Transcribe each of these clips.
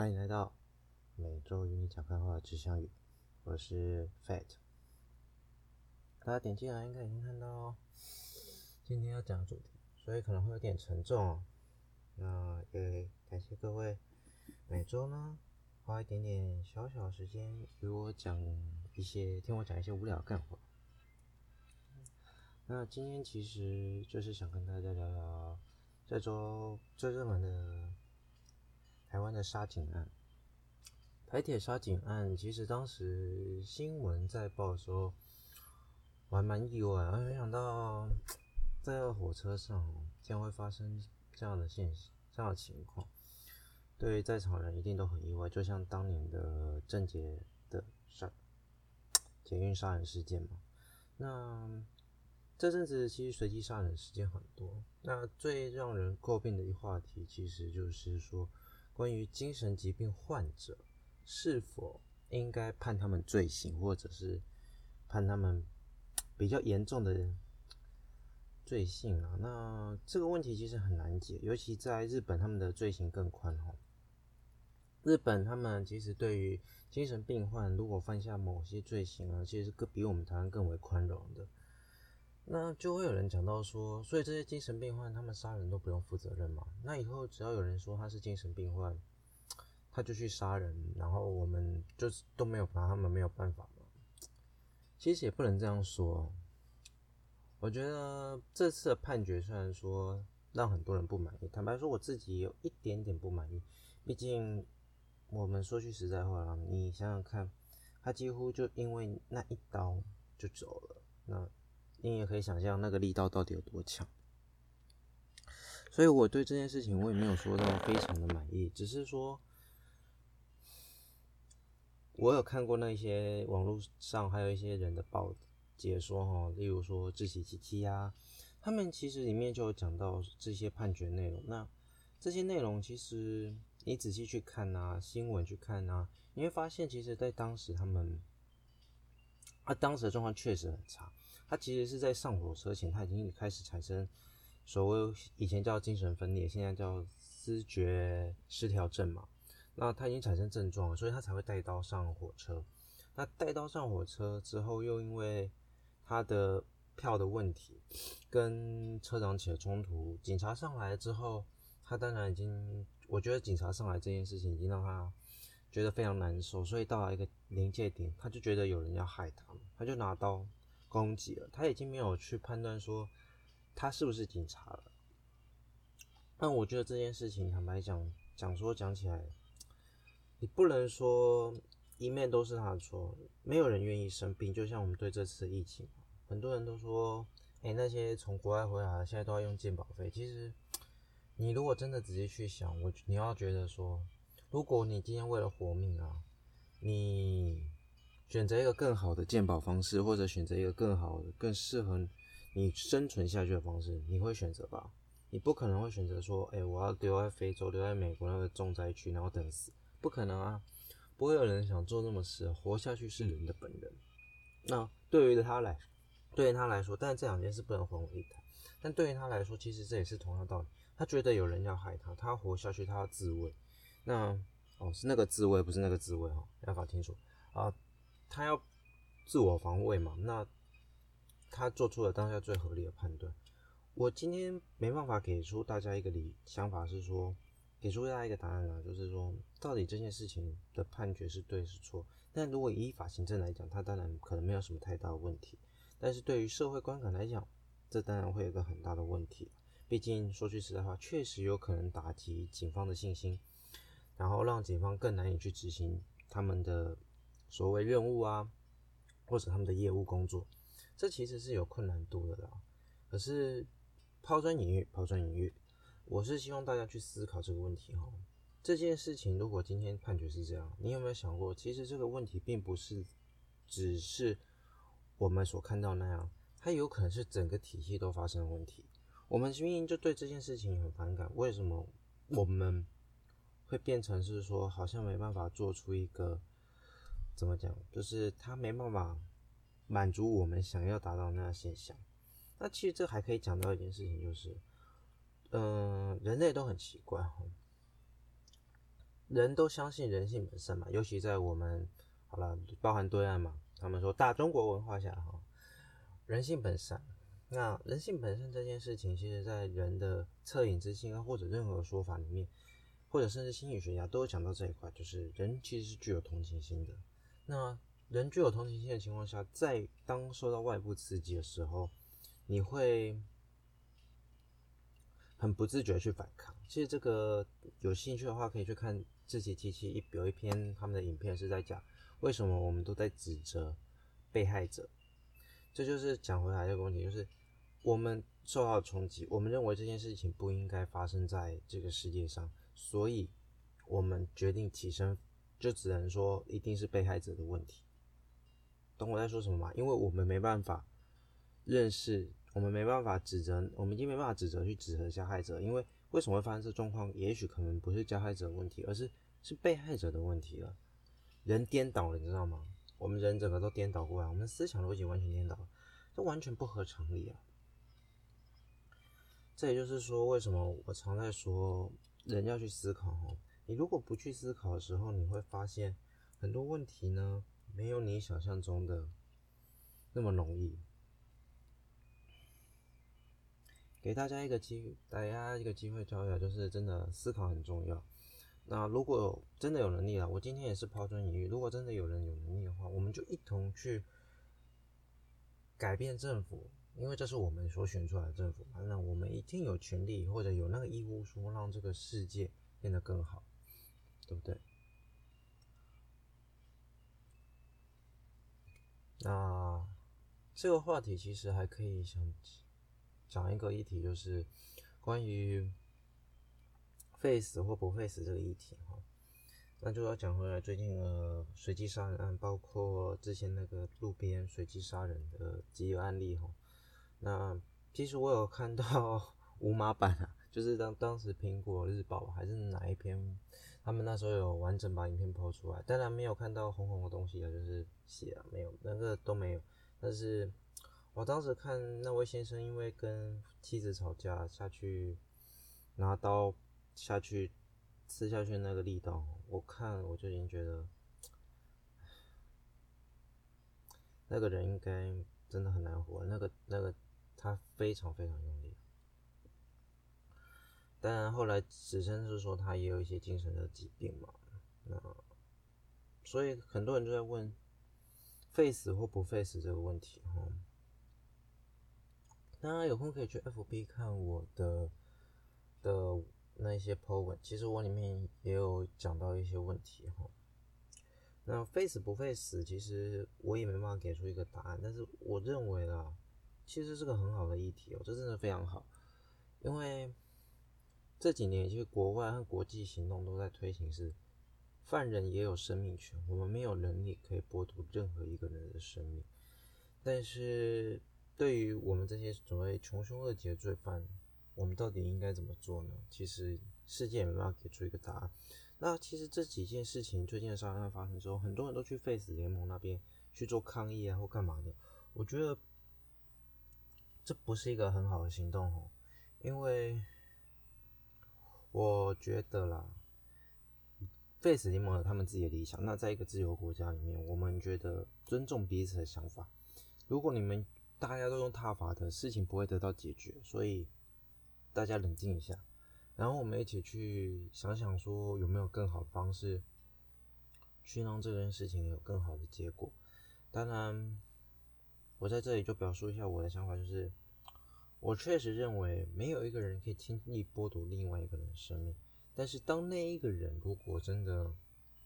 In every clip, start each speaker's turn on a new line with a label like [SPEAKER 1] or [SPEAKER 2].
[SPEAKER 1] 欢迎来到每周与你讲干话的志向语，我是 Fat。大家点进来应该已经看到今天要讲的主题，所以可能会有点沉重哦。那也感谢各位每周呢花一点点小小时间与我听我讲一些无聊的干话。那今天其实就是想跟大家聊聊这周最热门的台湾的沙井案。台铁沙井案，其实当时新闻在报的时候，我还蛮意外，没想到在火车上竟然会发生这样的情况。对于在场人一定都很意外，就像当年的郑捷的捷运杀人事件嘛。那这阵子其实随机杀人事件很多，那最让人诟病的一话题，其实就是说关于精神疾病患者是否应该判他们罪行，或者是判他们比较严重的罪行啊？那这个问题其实很难解，尤其在日本，他们的罪行更宽哦。日本他们其实对于精神病患如果犯下某些罪行啊，其实是比我们台湾更为宽容的。那就会有人讲到说，所以这些精神病患他们杀人都不用负责任嘛？那以后只要有人说他是精神病患，他就去杀人，然后我们就都没有拿他们没有办法嘛。其实也不能这样说。我觉得这次的判决虽然说让很多人不满意，坦白说我自己也有一点点不满意。毕竟我们说句实在话啦，你想想看，他几乎就因为那一刀就走了，那你也可以想象那个力道到底有多强。所以我对这件事情我也没有说到非常的满意，只是说我有看过那些网络上还有一些人的解说例如说志祺七七啊，他们其实里面就有讲到这些判决内容。那这些内容其实你仔细去看啊，新闻去看啊，你会发现其实在当时当时的状况确实很差。他其实是在上火车前，他已经开始产生所谓以前叫精神分裂，现在叫思觉失调症嘛。那他已经产生症状了，所以他才会带刀上火车。那带刀上火车之后，又因为他的票的问题跟车长起了冲突，警察上来之后，他当然我觉得警察上来这件事情已经让他觉得非常难受，所以到了一个临界点，他就觉得有人要害他，他就拿刀攻击了。他已经没有去判断说他是不是警察了。但我觉得这件事情坦白讲起来，你不能说一面都是他的错，没有人愿意生病。就像我们对这次的疫情，很多人都说，那些从国外回来的现在都要用健保费。其实你如果真的仔细去想，你要觉得说，如果你今天为了活命啊，你选择一个更好的健保方式，或者选择一个更好的、更适合你生存下去的方式，你会选择吧？你不可能会选择说，我要留在非洲、留在美国那个重灾区，然后等死，不可能啊！不会有人想做那么事，活下去是人的本能。那对于他来说，但是这两件事不能混为一谈。但对于他来说，其实这也是同样的道理。他觉得有人要害他，他要活下去，他要自卫。那是那个自卫，不是那个自卫要搞清楚啊。他要自我防卫嘛，那他做出了当下最合理的判断。我今天没办法给出大家一个想法，是说给出大家一个答案啊，就是说到底这件事情的判决是对是错。但如果以依法行政来讲，它当然可能没有什么太大的问题，但是对于社会观感来讲，这当然会有一个很大的问题。毕竟说句实在话，确实有可能打击警方的信心，然后让警方更难以去执行他们的所谓任务啊，或者他们的业务工作，这其实是有困难度的啦。可是抛砖引玉，我是希望大家去思考这个问题这件事情如果今天判决是这样，你有没有想过，其实这个问题并不是只是我们所看到那样，它有可能是整个体系都发生了问题。我们明明就对这件事情很反感，为什么我们会变成是说好像没办法做出一个怎么讲，就是它没办法满足我们想要达到那样现象。那其实这还可以讲到一件事情，就是人类都很奇怪人都相信人性本善嘛，尤其在我们好了，包含对岸嘛，他们说大中国文化下哈，人性本善。那人性本善这件事情，其实在人的恻隐之心啊，或者任何说法里面，或者甚至心理学家都有讲到这一块，就是人其实是具有同情心的。那人具有同情心的情况下，在当受到外部刺激的时候，你会很不自觉去反抗。其实这个有兴趣的话，可以去看志祺七七有一篇他们的影片是在讲为什么我们都在指责被害者。这就是讲回来这个问题，就是我们受到冲击，我们认为这件事情不应该发生在这个世界上，所以我们决定起身，就只能说一定是被害者的问题。懂我在说什么吗？因为我们没办法认识，我们没办法指责，我们已经没办法去指责加害者，因为为什么会发生这状况？也许可能不是加害者的问题，而是被害者的问题了。人颠倒了，你知道吗？我们人整个都颠倒过来，我们思想逻辑完全颠倒了，这完全不合常理啊！这也就是说，为什么我常在说人要去思考哦。你如果不去思考的时候，你会发现很多问题呢，没有你想象中的那么容易。给大家一个机会教育，就是真的思考很重要。那如果真的有能力了，我今天也是抛砖引玉。如果真的有人有能力的话，我们就一同去改变政府，因为这是我们所选出来的政府嘛。那我们一定有权利或者有那个义务说让这个世界变得更好，对不对？那这个话题其实还可以讲一个议题，就是关于废死或不废死这个议题哈。那就要讲回来，最近随机杀人案，包括之前那个路边随机杀人的几个案例哈。那其实我有看到无码版啊，就是当时苹果日报还是哪一篇，他们那时候有完整把影片抛出来，当然没有看到红红的东西啊，就是血啊，没有，那个都没有。但是我当时看那位先生因为跟妻子吵架下去拿刀下去吃下去那个力道，我看我就已经觉得那个人应该真的很难活，那个他非常非常用力。当然后来指称是说他也有一些精神的疾病嘛，那所以很多人就在问废死或不废死这个问题哈。大家有空可以去 FB 看我的那一些 po 文，其实我里面也有讲到一些问题哈。那废死不废死，其实我也没办法给出一个答案，但是我认为啦，其实是个很好的议题哦，这真的非常好，因为这几年其实国外和国际行动都在推行是犯人也有生命权，我们没有能力可以剥夺任何一个人的生命，但是对于我们这些所谓穷凶恶极的罪犯，我们到底应该怎么做呢？其实世界也没办法给出一个答案。那其实这几件事情，最近的杀人案发生之后，很多人都去废死联盟那边去做抗议啊，或干嘛的。我觉得这不是一个很好的行动哦，因为我觉得啦，废死联盟有他们自己的理想。那在一个自由国家里面，我们觉得尊重彼此的想法。如果你们大家都用踏法的，事情不会得到解决，所以大家冷静一下，然后我们一起去想想说有没有更好的方式去让这件事情有更好的结果。当然，我在这里就表述一下我的想法，就是我确实认为没有一个人可以轻易剥夺另外一个人的生命，但是当那一个人如果真的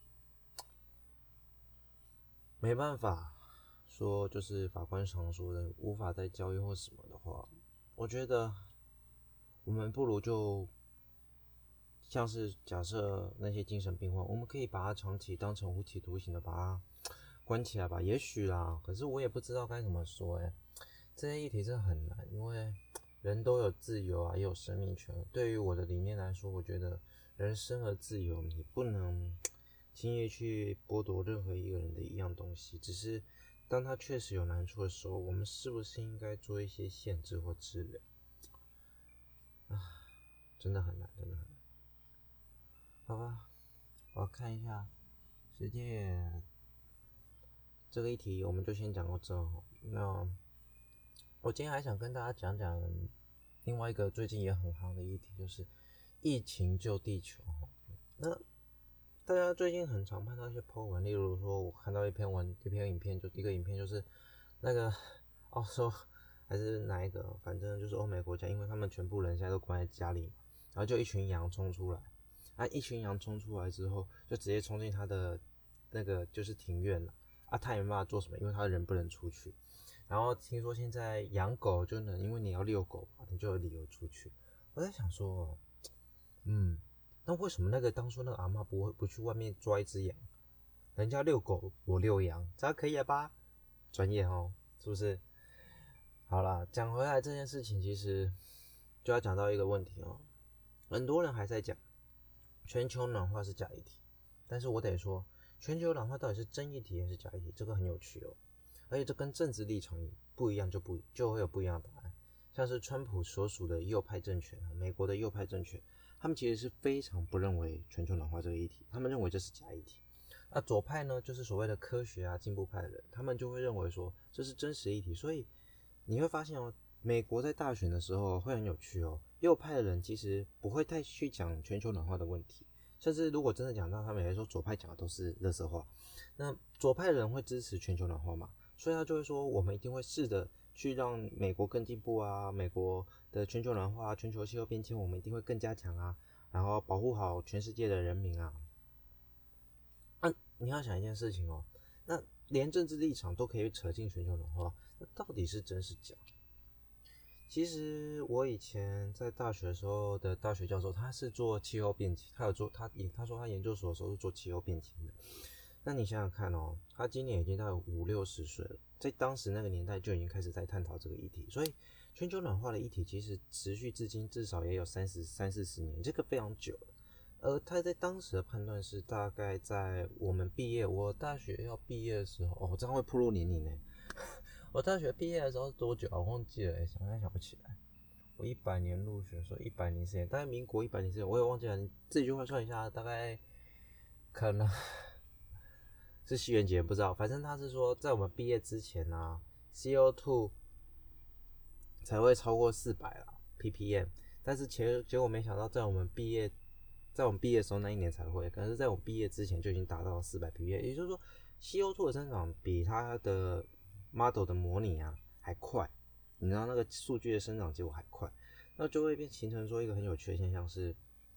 [SPEAKER 1] 没办法说，就是法官常说的无法再教育或什么的话，我觉得我们不如就像是假设那些精神病患，我们可以把他长期当成无期徒刑的把他关起来吧，也许啦，可是我也不知道该怎么说这些议题真的很难，因为人都有自由啊，也有生命权。对于我的理念来说，我觉得人生而自由，你不能轻易去剥夺任何一个人的一样东西。只是当他确实有难处的时候，我们是不是应该做一些限制或治疗？真的很难，真的很难。好吧， 我看一下世界这个议题，我们就先讲到这。那我今天还想跟大家讲讲另外一个最近也很夯的议题，就是疫情救地球。那大家最近很常看到一些 po 文，例如说我看到一篇影片，就一个影片，就是那个澳洲还是哪一个，反正就是欧美国家，因为他们全部人现在都关在家里嘛，然后就一群羊冲出来，一群羊冲出来之后，就直接冲进他的那个就是庭院了，他也没办法做什么，因为他人不能出去。然后听说现在养狗就能，因为你要遛狗嘛，你就有理由出去。我在想说，那为什么那个当初那个阿嬷不去外面抓一只羊？人家遛狗，我遛羊，这样可以了吧？专业哦，是不是？好啦，讲回来这件事情，其实就要讲到一个问题哦。很多人还在讲全球暖化是假议题，但是我得说，全球暖化到底是真议题还是假议题，这个很有趣哦。而且这跟政治立场不一样，就会有不一样的答案。像是川普所属的右派政权，美国的右派政权，他们其实是非常不认为全球暖化这个议题，他们认为这是假议题。那左派呢，就是所谓的科学进步派的人，他们就会认为说这是真实议题。所以你会发现哦，美国在大选的时候会很有趣哦，右派的人其实不会太去讲全球暖化的问题，甚至如果真的讲到，他们也会说左派讲的都是垃圾话。那左派的人会支持全球暖化吗？所以他就会说，我们一定会试着去让美国更进步啊，美国的全球暖化、全球气候变迁，我们一定会更加强啊，然后保护好全世界的人民啊。你要想一件事情哦，那连政治立场都可以扯进全球暖化，那到底是真是假？其实我以前在大学的时候的大学教授，他是做气候变迁，他说他研究所的时候是做气候变迁的。那你想想看哦，他今年已经到50-60岁了，在当时那个年代就已经开始在探讨这个议题，所以全球暖化的议题其实持续至今至少也有30-40年，这个非常久了。而他在当时的判断是大概在我们毕业，我大学要毕业的时候，这样会暴露年龄呢。我大学毕业的时候是多久啊？我忘记了，想不起来。我100年入学，所以104年，大概民国104年，我也忘记了。你自己去换算一下，大概可能是西元节，不知道。反正他是说，在我们毕业之前啊，CO2 才会超过400啦 ppm， 但是结果没想到，在我们毕业的时候那一年才会，可能是在我们毕业之前就已经达到400 ppm， 也就是说 CO2 的增长比它的 model 的模拟还快，你知道那个数据的生长结果还快，那就会形成说一个很有趣的现象是，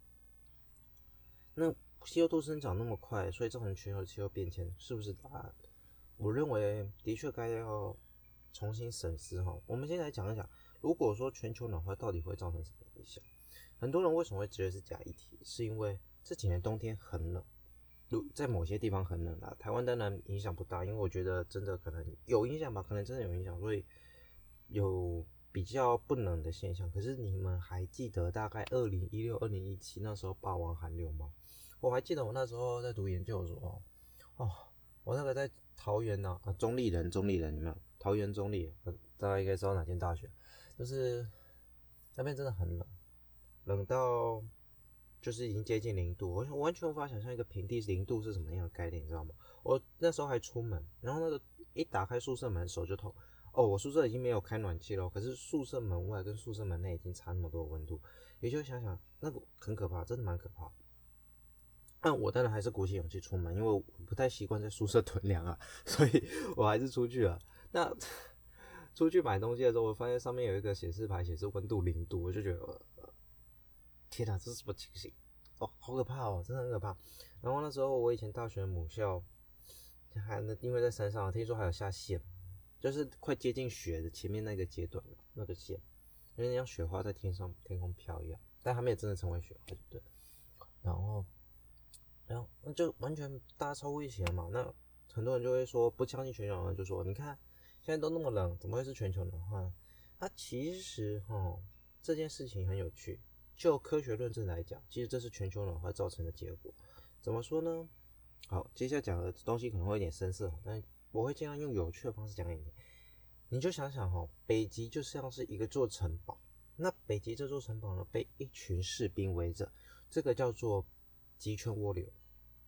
[SPEAKER 1] 那 CO2 生长那么快，所以造成全球气候变迁是不是答案？我认为的确该要重新审视哈。我们先来讲一讲，如果说全球暖化到底会造成什么影响？很多人为什么会觉得是假议题？是因为这几年冬天很冷，在某些地方很冷啊。台湾当然影响不大，因为我觉得真的可能有影响吧，可能真的有影响，所以有比较不冷的现象。可是你们还记得大概2016、2017那时候霸王寒流吗？我还记得我那时候在读研究所我那个在桃园中立人有没有？桃园中立，大家应该知道哪间大学？就是那边真的很冷，冷到就是已经接近0度，我完全无法想象一个平地0度是什么样的概念，你知道吗？我那时候还出门，然后那个一打开宿舍门手就痛。我宿舍已经没有开暖气了，可是宿舍门外跟宿舍门内已经差那么多的温度，也就想想那个很可怕，真的蛮可怕的。但我当然还是鼓起勇气出门，因为我不太习惯在宿舍囤粮所以我还是出去了。那出去买东西的时候，我发现上面有一个显示牌，显示温度0度，我就觉得天哪，这是什么情形？好可怕真的很可怕。然后那时候我以前大学的母校，因为在山上，听说还有下线，就是快接近雪的前面那个阶段了，那个线，因为像雪花在天空飘一样，但还没有真的成为雪花，对。然后那就完全大家超乎预期了嘛。那很多人就会说不相信全球暖化，就说你看现在都那么冷，怎么会是全球暖化呢？其实这件事情很有趣。就科学论证来讲，其实这是全球暖化造成的结果。怎么说呢？好，接下来讲的东西可能会有点深色，但我会尽量用有趣的方式讲给你。你就想想北极就像是一个座城堡，那北极这座城堡呢被一群士兵围着，这个叫做极圈涡流。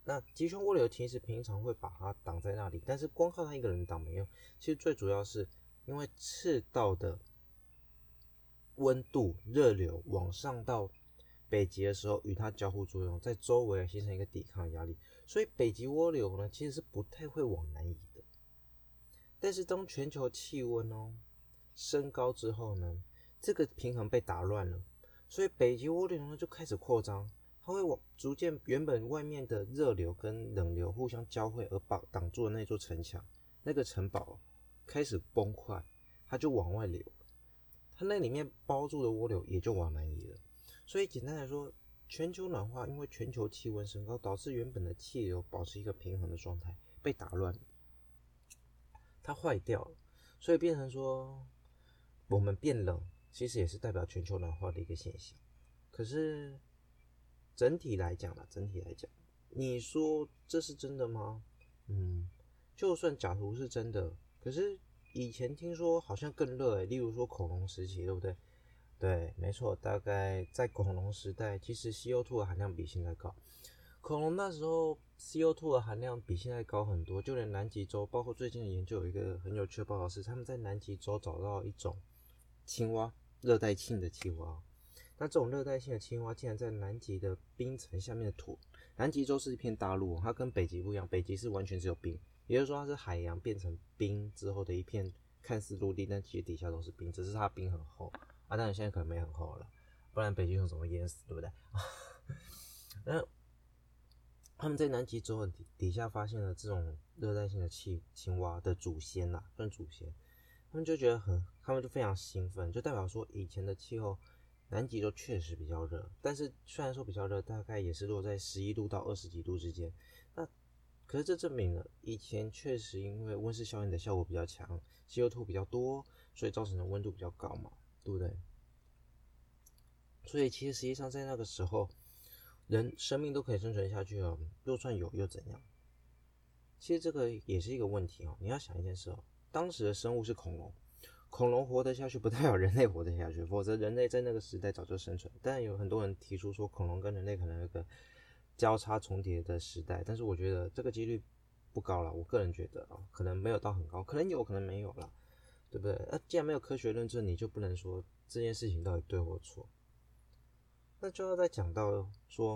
[SPEAKER 1] 那极圈涡流其实平常会把它挡在那里，但是光靠它一个人挡没用。其实最主要是因为赤道的温度热流往上到北极的时候，与它交互作用，在周围形成一个抵抗压力，所以北极涡流呢其实是不太会往南移的。但是当全球气温升高之后呢，这个平衡被打乱了，所以北极涡流呢就开始扩张，它会逐渐原本外面的热流跟冷流互相交汇而挡住的那座城墙，那个城堡开始崩坏，它就往外流，它那里面包住的涡流也就往南移了。所以简单来说，全球暖化因为全球气温升高，导致原本的气流保持一个平衡的状态被打乱了，它坏掉了，所以变成说我们变冷，其实也是代表全球暖化的一个现象。可是整体来讲，你说这是真的吗？就算假如是真的，可是以前听说好像更热例如说恐龙时期，对不对？对，没错，大概在恐龙时代，其实 CO2 的含量比现在高。恐龙那时候 CO2 的含量比现在高很多，就连南极洲，包括最近的研究有一个很有趣的报告是，他们在南极洲找到一种青蛙，热带性的青蛙。那这种热带性的青蛙竟然在南极的冰层下面的土，南极洲是一片大陆，它跟北极不一样，北极是完全只有冰，也就是说它是海洋变成冰之后的一片看似陆地，但其实底下都是冰，只是它冰很厚啊，当然现在可能没很厚了，不然北极熊怎么淹死，对不对？那他们在南极洲底下发现了这种热带性的青蛙的祖先啦，算祖先，他们就觉得他们就非常兴奋，就代表说以前的气候，南极洲确实比较热，但是虽然说比较热，大概也是落在11度到20几度之间。那可是这证明了以前确实因为温室效应的效果比较强 ，CO2 比较多，所以造成的温度比较高嘛，对不对？所以其实实际上在那个时候，人生命都可以生存下去了，就算有又怎样？其实这个也是一个问题你要想一件事当时的生物是恐龙，恐龙活得下去不代表人类活得下去，否则人类在那个时代早就生存。但有很多人提出说恐龙跟人类可能有个交叉重叠的时代，但是我觉得这个几率不高了，我个人觉得可能没有到很高，可能有可能没有啦，对不对？既然没有科学论证，你就不能说这件事情到底对或错。那就要再讲到说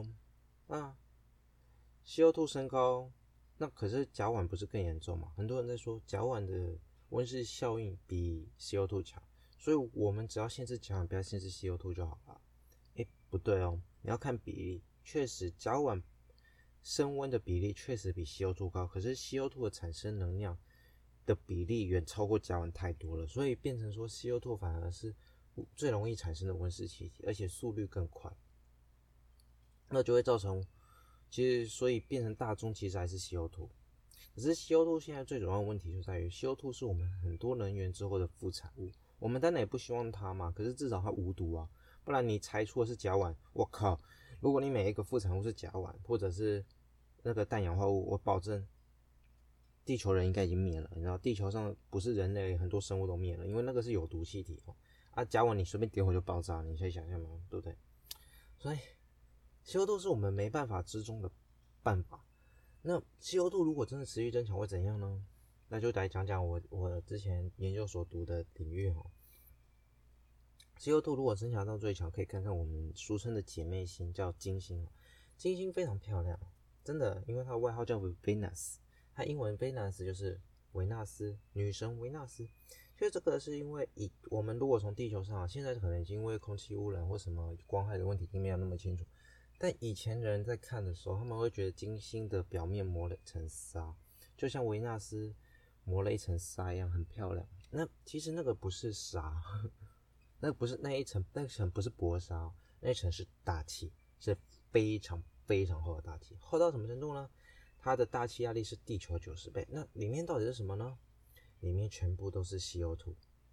[SPEAKER 1] CO2 升高，那可是甲烷不是更严重吗？很多人在说甲烷的温室效应比 CO2 强，所以我们只要限制甲烷，不要限制 CO2 就好了。不对你要看比例，确实甲烷升温的比例确实比 CO2 高，可是 CO2 的产生能量的比例远超过甲烷太多了，所以变成说 CO2 反而是最容易产生的温室气体，而且速率更快，那就会造成其实所以变成大宗其实还是 CO2。可是 CO2 现在最主要的问题就在于 CO2 是我们很多能源之后的副产物，我们当然也不希望它嘛，可是至少它无毒啊，不然你排出的是甲烷，我靠，如果你每一个副产物是甲烷或者是那个氮氧化物，我保证地球人应该已经灭了，你知道地球上不是人类很多生物都灭了，因为那个是有毒气体甲烷你随便点火就爆炸，你可以想象吗？对不对？所以 CO2 是我们没办法之中的办法。那 CO2 如果真的持续增强会怎样呢？那就来讲讲我之前研究所读的领域CO2 如果增强到最强，可以看看我们俗称的姐妹星叫金星金星非常漂亮，真的，因为它的外号叫 Venus， 它英文 Venus 就是维纳斯，女神维纳斯。所以这个是因为我们如果从地球上现在可能已经因为空气污染或什么光害的问题已经没有那么清楚，但以前人在看的时候，他们会觉得金星的表面磨了一层纱，就像维纳斯磨了一层纱一样，很漂亮。那其实那个不是纱，那一层不是薄纱那一层是大气，是非常非常厚的大气，厚到什么程度呢？它的大气压力是地球90倍。那里面到底是什么呢？里面全部都是 CO2，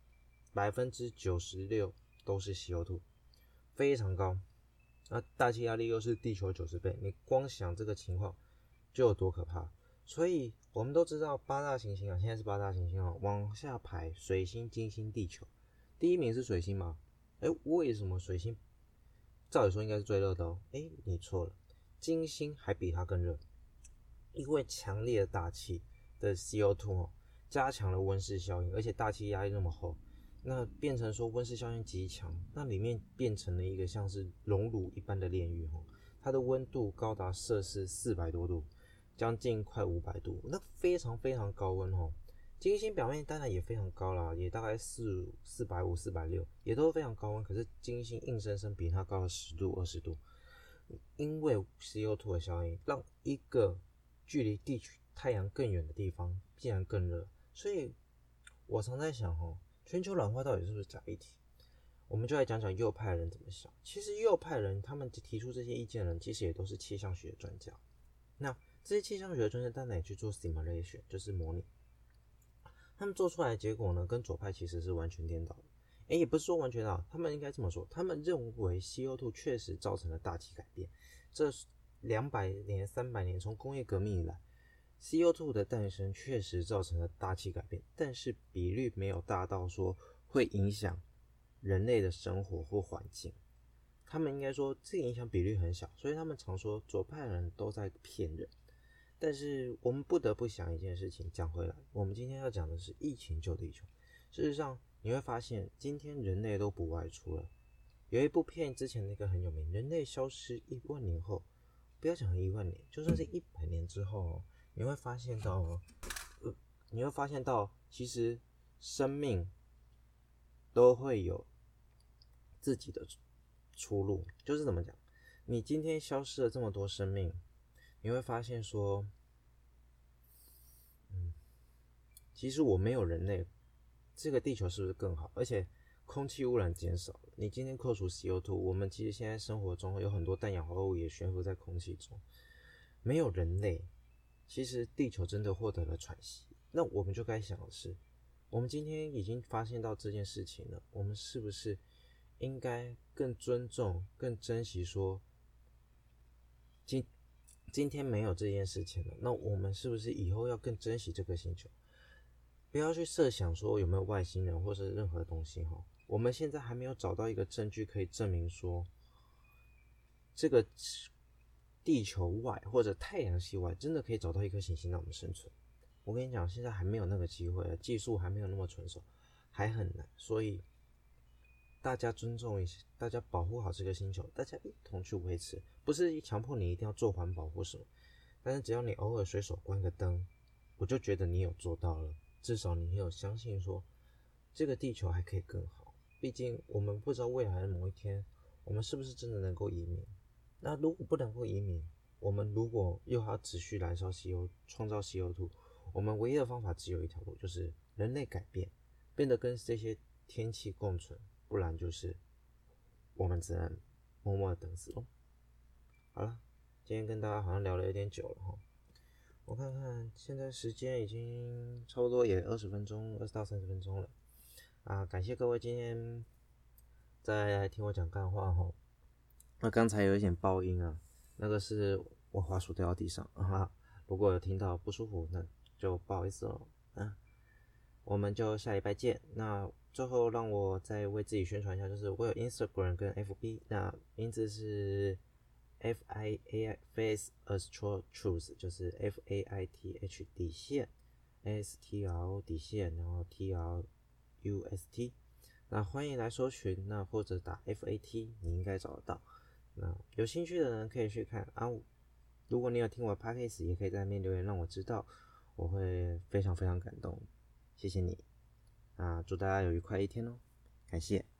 [SPEAKER 1] 96% 都是 CO2， 非常高。大气压力又是地球90倍，你光想这个情况就有多可怕。所以我们都知道八大行星现在是八大行星往下排，水星、金星、地球，第一名是水星吗？为什么水星照理说应该是最热的你错了，金星还比它更热。 因为强烈的大气的 CO2 加强了温室效应，而且大气压力那么厚，那变成说温室效应极强，那里面变成了一个像是熔炉一般的炼狱，它的温度高达摄氏400多度，将近快500度，那非常非常高温。金星表面当然也非常高啦，也大概450、460，也都非常高温，可是金星硬生生比它高了10度、20度，因为 CO2 的效应，让一个距离太阳更远的地方竟然更热。所以我常在想全球暖化到底是不是假议题？我们就来讲讲右派人怎么想。其实右派人他们提出这些意见的人，其实也都是气象学专家。那这些气象学专家当然也去做 simulation， 就是模拟。他们做出来的结果呢，跟左派其实是完全颠倒的。也不是说完全倒，他们应该这么说，他们认为 CO2 确实造成了大气改变。这200年、300年，从工业革命以来， CO2 的诞生确实造成了大气改变，但是比率没有大到说会影响人类的生活或环境。他们应该说这个影响比率很小，所以他们常说左派人都在骗人。但是我们不得不想一件事情，讲回来，我们今天要讲的是疫情救地球。事实上你会发现今天人类都不外出了。有一部片之前那个很有名，人类消失1万年后，不要讲1万年，就算是100年之后，你会发现到其实生命都会有自己的出路。就是怎么讲，你今天消失了这么多生命，你会发现说其实我没有人类，这个地球是不是更好？而且空气污染减少了，你今天扣除 CO2， 我们其实现在生活中有很多氮氧化物也悬浮在空气中。没有人类，其实地球真的获得了喘息。那我们就该想的是，我们今天已经发现到这件事情了，我们是不是应该更尊重、更珍惜说今天没有这件事情了，那我们是不是以后要更珍惜这个星球？不要去设想说有没有外星人或是任何东西。我们现在还没有找到一个证据可以证明说这个地球外或者太阳系外真的可以找到一颗行星让我们生存。我跟你讲，现在还没有那个机会，技术还没有那么成熟，还很难。所以大家尊重一下，大家保护好这个星球，大家一同去维持，不是强迫你一定要做环保或什么，但是只要你偶尔随手关个灯，我就觉得你有做到了。至少你有相信说这个地球还可以更好。毕竟我们不知道未来的某一天我们是不是真的能够移民。那如果不能够移民，我们如果又要持续燃烧 CO2 创造 CO2， 我们唯一的方法只有一条路，就是人类改变，变得跟这些天气共存，不然就是我们只能默默的等死咯。好了，今天跟大家好像聊了有点久了我看看现在时间已经差不多也20分钟，20到30分钟了感谢各位今天再来听我讲干话那刚才有一点爆音那个是我滑鼠掉到地上如果有听到不舒服，那就不好意思了我们就下礼拜见。那最后让我再为自己宣传一下，就是我有 Instagram 跟 FB， 那名字是FIAI Faith Astro Truth， 就是 FAITH 底线 STRO 底线，然后 TRUST。那欢迎来搜寻，那或者打 FAT， 你应该找得到。那有兴趣的人可以去看如果你有听我的 Podcast， 也可以在那边留言让我知道，我会非常非常感动。谢谢你祝大家有愉快一天感谢。